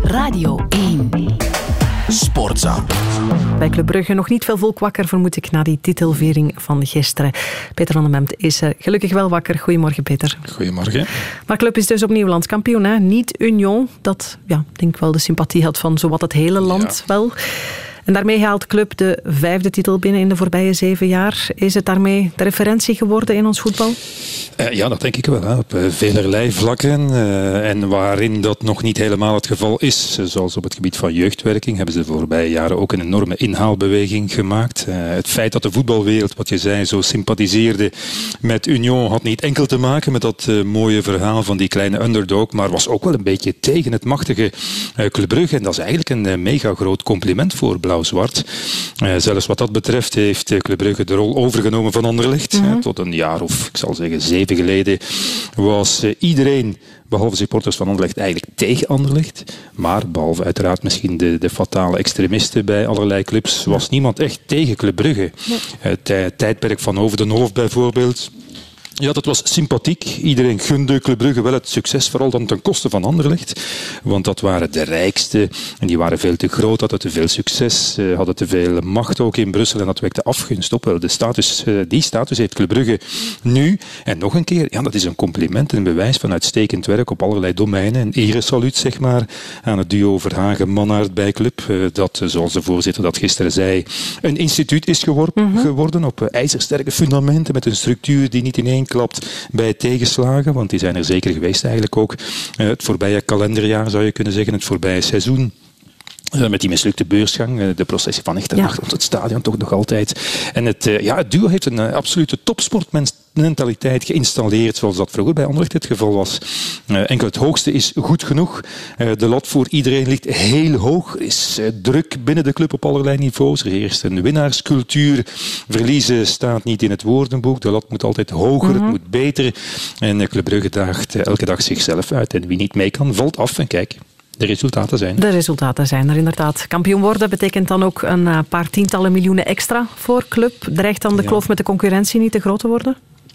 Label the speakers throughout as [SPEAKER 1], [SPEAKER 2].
[SPEAKER 1] Radio 1. Sportza.
[SPEAKER 2] Bij Club Brugge nog niet veel volk wakker, vermoed ik, na die titelviering van gisteren. Peter van den Bemt is gelukkig wel wakker. Goedemorgen, Peter.
[SPEAKER 3] Goedemorgen.
[SPEAKER 2] Maar Club is dus opnieuw landskampioen, hè? Niet Union, dat denk ik wel de sympathie had van zowat het hele land wel. En daarmee haalt Club de 5e titel binnen in de voorbije 7 jaar. Is het daarmee de referentie geworden in ons voetbal?
[SPEAKER 3] Ja, dat denk ik wel. Hè. Op velerlei vlakken. En waarin dat nog niet helemaal het geval is, zoals op het gebied van jeugdwerking, hebben ze de voorbije jaren ook een enorme inhaalbeweging gemaakt. Het feit dat de voetbalwereld, wat je zei, zo sympathiseerde met Union, had niet enkel te maken met dat mooie verhaal van die kleine underdog, maar was ook wel een beetje tegen het machtige Club Brugge. En dat is eigenlijk een mega groot compliment voor Blauw-Zwart. Zelfs wat dat betreft heeft Club Brugge de rol overgenomen van Anderlecht. Tot een jaar of, ik zal zeggen, 7 geleden was iedereen, behalve supporters van Anderlecht, eigenlijk tegen Anderlecht. Maar behalve uiteraard misschien de fatale extremisten bij allerlei clubs, was niemand echt tegen Club Brugge. Het tijdperk van Over den Hof bijvoorbeeld. Ja, dat was sympathiek. Iedereen gunde Club Brugge wel het succes, vooral dan ten koste van Anderlecht. Want dat waren de rijkste en die waren veel te groot, hadden te veel succes, hadden te veel macht ook in Brussel en dat wekte afgunst op. Wel, die status heeft Club Brugge nu. En nog een keer, ja, dat is een compliment en een bewijs van uitstekend werk op allerlei domeinen. Een eresaluut, zeg maar, aan het duo Verhagen-Mannaert bij Club. Dat, zoals de voorzitter dat gisteren zei, een instituut is geworden op ijzersterke fundamenten met een structuur die niet ineen klapt bij tegenslagen, want die zijn er zeker geweest eigenlijk ook. Het voorbije kalenderjaar zou je kunnen zeggen, het voorbije seizoen. Met die mislukte beursgang, de processie van Echternacht rond het stadion toch nog altijd. En het duo heeft een absolute topsportmentaliteit geïnstalleerd, zoals dat vroeger bij Anderlecht het geval was. Enkel het hoogste is goed genoeg. De lat voor iedereen ligt heel hoog. Er is druk binnen de club op allerlei niveaus. Er heerst een winnaarscultuur. Verliezen staat niet in het woordenboek. De lat moet altijd hoger, het moet beter. En Club Brugge daagt elke dag zichzelf uit. En wie niet mee kan, valt af. En kijk, de resultaten zijn er.
[SPEAKER 2] De resultaten zijn er inderdaad. Kampioen worden betekent dan ook een paar tientallen miljoenen extra voor Club. Dreigt dan de kloof met de concurrentie niet te groot te worden?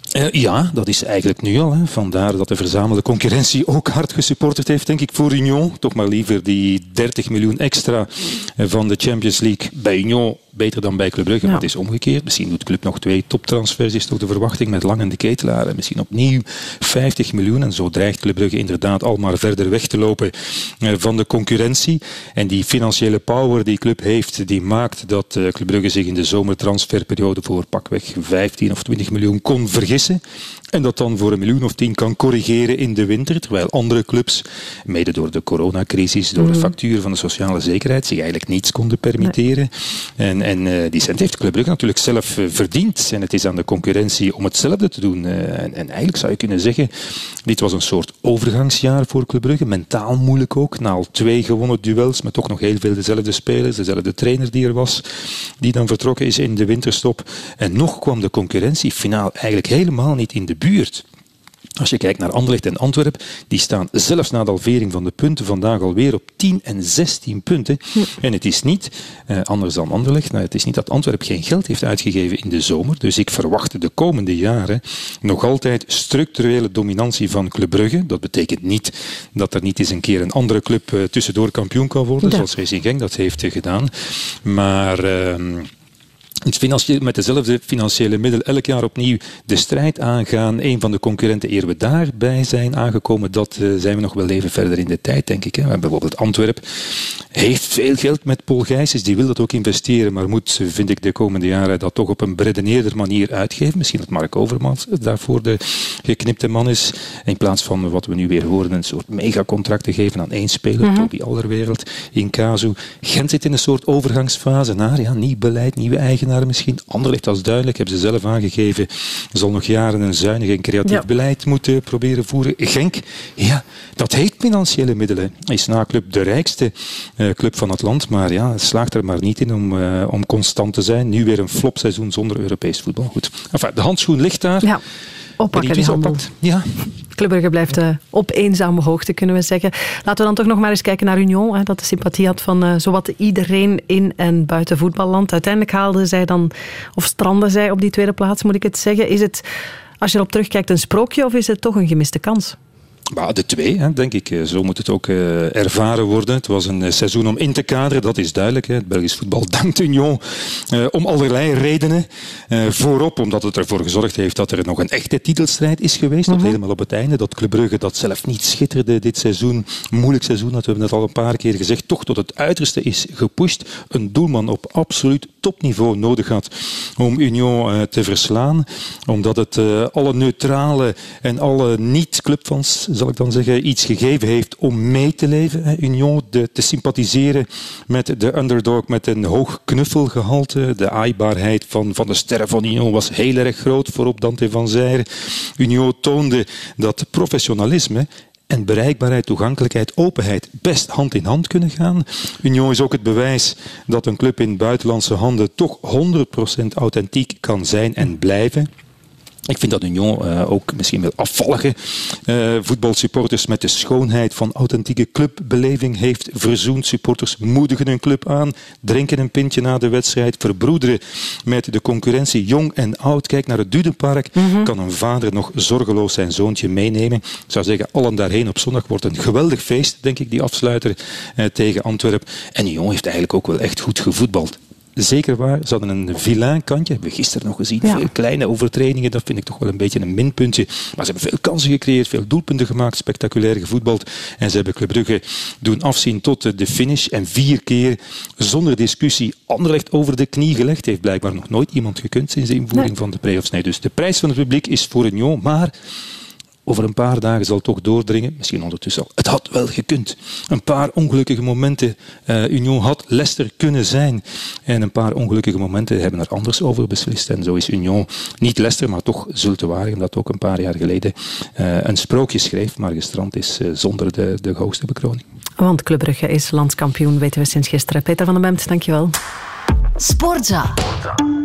[SPEAKER 3] Ja, dat is eigenlijk nu al. Hè. Vandaar dat de verzamelde concurrentie ook hard gesupporterd heeft, denk ik, voor Union. Toch maar liever die 30 miljoen extra van de Champions League bij Union beter dan bij Club Brugge. Maar het is omgekeerd. Misschien doet Club nog 2 toptransfers, is toch de verwachting met Lang en de Ketelaar. En misschien opnieuw 50 miljoen. En zo dreigt Club Brugge inderdaad al maar verder weg te lopen van de concurrentie. En die financiële power die Club heeft, die maakt dat Club Brugge zich in de zomertransferperiode voor pakweg 15 of 20 miljoen kon vergissen. En dat dan voor 1 miljoen of 10 kan corrigeren in de winter. Terwijl andere clubs, mede door de coronacrisis, door de factuur van de sociale zekerheid, zich eigenlijk niets konden permitteren. En die cent heeft Club Brugge natuurlijk zelf verdiend. En het is aan de concurrentie om hetzelfde te doen. En eigenlijk zou je kunnen zeggen, dit was een soort overgangsjaar voor Club Brugge. Mentaal moeilijk ook. Na al 2 gewonnen duels, met toch nog heel veel dezelfde spelers, dezelfde trainer die er was, die dan vertrokken is in de winterstop. En nog kwam de concurrentie finaal eigenlijk helemaal niet in de buurt. Als je kijkt naar Anderlecht en Antwerpen, die staan zelfs na de halvering van de punten vandaag alweer op 10 en 16 punten. En het is niet, anders dan Anderlecht, het is niet dat Antwerpen geen geld heeft uitgegeven in de zomer. Dus ik verwacht de komende jaren nog altijd structurele dominantie van Club Brugge. Dat betekent niet dat er niet eens een keer een andere club tussendoor kampioen kan worden, zoals Racing Genk dat heeft gedaan. Maar met dezelfde financiële middelen elk jaar opnieuw de strijd aangaan. Een van de concurrenten, eer we daarbij zijn aangekomen, dat zijn we nog wel even verder in de tijd, denk ik. Hè. Bijvoorbeeld Antwerpen heeft veel geld met Paul Gijsens, die wil dat ook investeren, maar moet, vind ik, de komende jaren dat toch op een beredeneerder manier uitgeven. Misschien dat Mark Overmars daarvoor de geknipte man is. In plaats van wat we nu weer horen, een soort megacontract te geven aan 1 speler, Toby Alderweireld in Casu. Gent zit in een soort overgangsfase naar nieuw beleid, nieuwe eigenaren misschien. Anderlecht, dat is duidelijk, hebben ze zelf aangegeven, zal nog jaren een zuinig en creatief beleid moeten proberen voeren. Genk, dat heeft financiële middelen. Is na Club de rijkste club van het land, maar slaagt er maar niet in om constant te zijn. Nu weer een flopseizoen zonder Europees voetbal. Goed. Enfin, de handschoen ligt daar.
[SPEAKER 2] Ja. Oppakken die handel.
[SPEAKER 3] Ja.
[SPEAKER 2] Club Brugge blijft op eenzame hoogte, kunnen we zeggen. Laten we dan toch nog maar eens kijken naar Union. Dat de sympathie had van zowat iedereen in en buiten voetballand. Uiteindelijk haalden zij dan, of stranden zij op die 2e plaats, moet ik het zeggen. Is het, als je erop terugkijkt, een sprookje of is het toch een gemiste kans?
[SPEAKER 3] Maar de 2, denk ik. Zo moet het ook ervaren worden. Het was een seizoen om in te kaderen, dat is duidelijk. Het Belgisch voetbal dankt Union om allerlei redenen. Voorop, omdat het ervoor gezorgd heeft dat er nog een echte titelstrijd is geweest. Tot helemaal op het einde. Dat Club Brugge dat zelf niet schitterde dit seizoen. Moeilijk seizoen, dat hebben we net al een paar keer gezegd. Toch tot het uiterste is gepusht. Een doelman op absoluut topniveau nodig had om Union te verslaan. Omdat het alle neutrale en alle niet-clubfans, zal ik dan zeggen, iets gegeven heeft om mee te leven. Union, te sympathiseren met de underdog, met een hoog knuffelgehalte. De aaibaarheid van de sterren van Union was heel erg groot, voorop Dante van Zijre. Union toonde dat professionalisme en bereikbaarheid, toegankelijkheid, openheid best hand in hand kunnen gaan. Union is ook het bewijs dat een club in buitenlandse handen toch 100% authentiek kan zijn en blijven. Ik vind dat Union ook misschien wel afvallige voetbalsupporters met de schoonheid van authentieke clubbeleving heeft verzoend. Supporters moedigen hun club aan, drinken een pintje na de wedstrijd, verbroederen met de concurrentie jong en oud. Kijk naar het Dudenpark. Kan een vader nog zorgeloos zijn zoontje meenemen. Ik zou zeggen, allen daarheen op zondag wordt een geweldig feest, denk ik, die afsluiter tegen Antwerpen. En Union heeft eigenlijk ook wel echt goed gevoetbald. Zeker waar, ze hadden een vilain kantje, hebben we gisteren nog gezien. Ja. Veel kleine overtredingen, dat vind ik toch wel een beetje een minpuntje. Maar ze hebben veel kansen gecreëerd, veel doelpunten gemaakt, spectaculair gevoetbald. En ze hebben Club Brugge doen afzien tot de finish. En 4 keer zonder discussie Anderlecht over de knie gelegd. Heeft blijkbaar nog nooit iemand gekund sinds de invoering van de play-offs. Nee, dus de prijs van het publiek is voor Union, maar over een paar dagen zal het toch doordringen. Misschien ondertussen al. Het had wel gekund. Een paar ongelukkige momenten. Union had Leicester kunnen zijn. En een paar ongelukkige momenten hebben er anders over beslist. En zo is Union niet Leicester, maar toch Zulte Waregem, dat ook een paar jaar geleden een sprookje schreef, maar gestrand is zonder de hoogste bekroning.
[SPEAKER 2] Want Club Brugge is landskampioen, weten we sinds gisteren. Peter van den Bemt, dankjewel.
[SPEAKER 1] Sportza.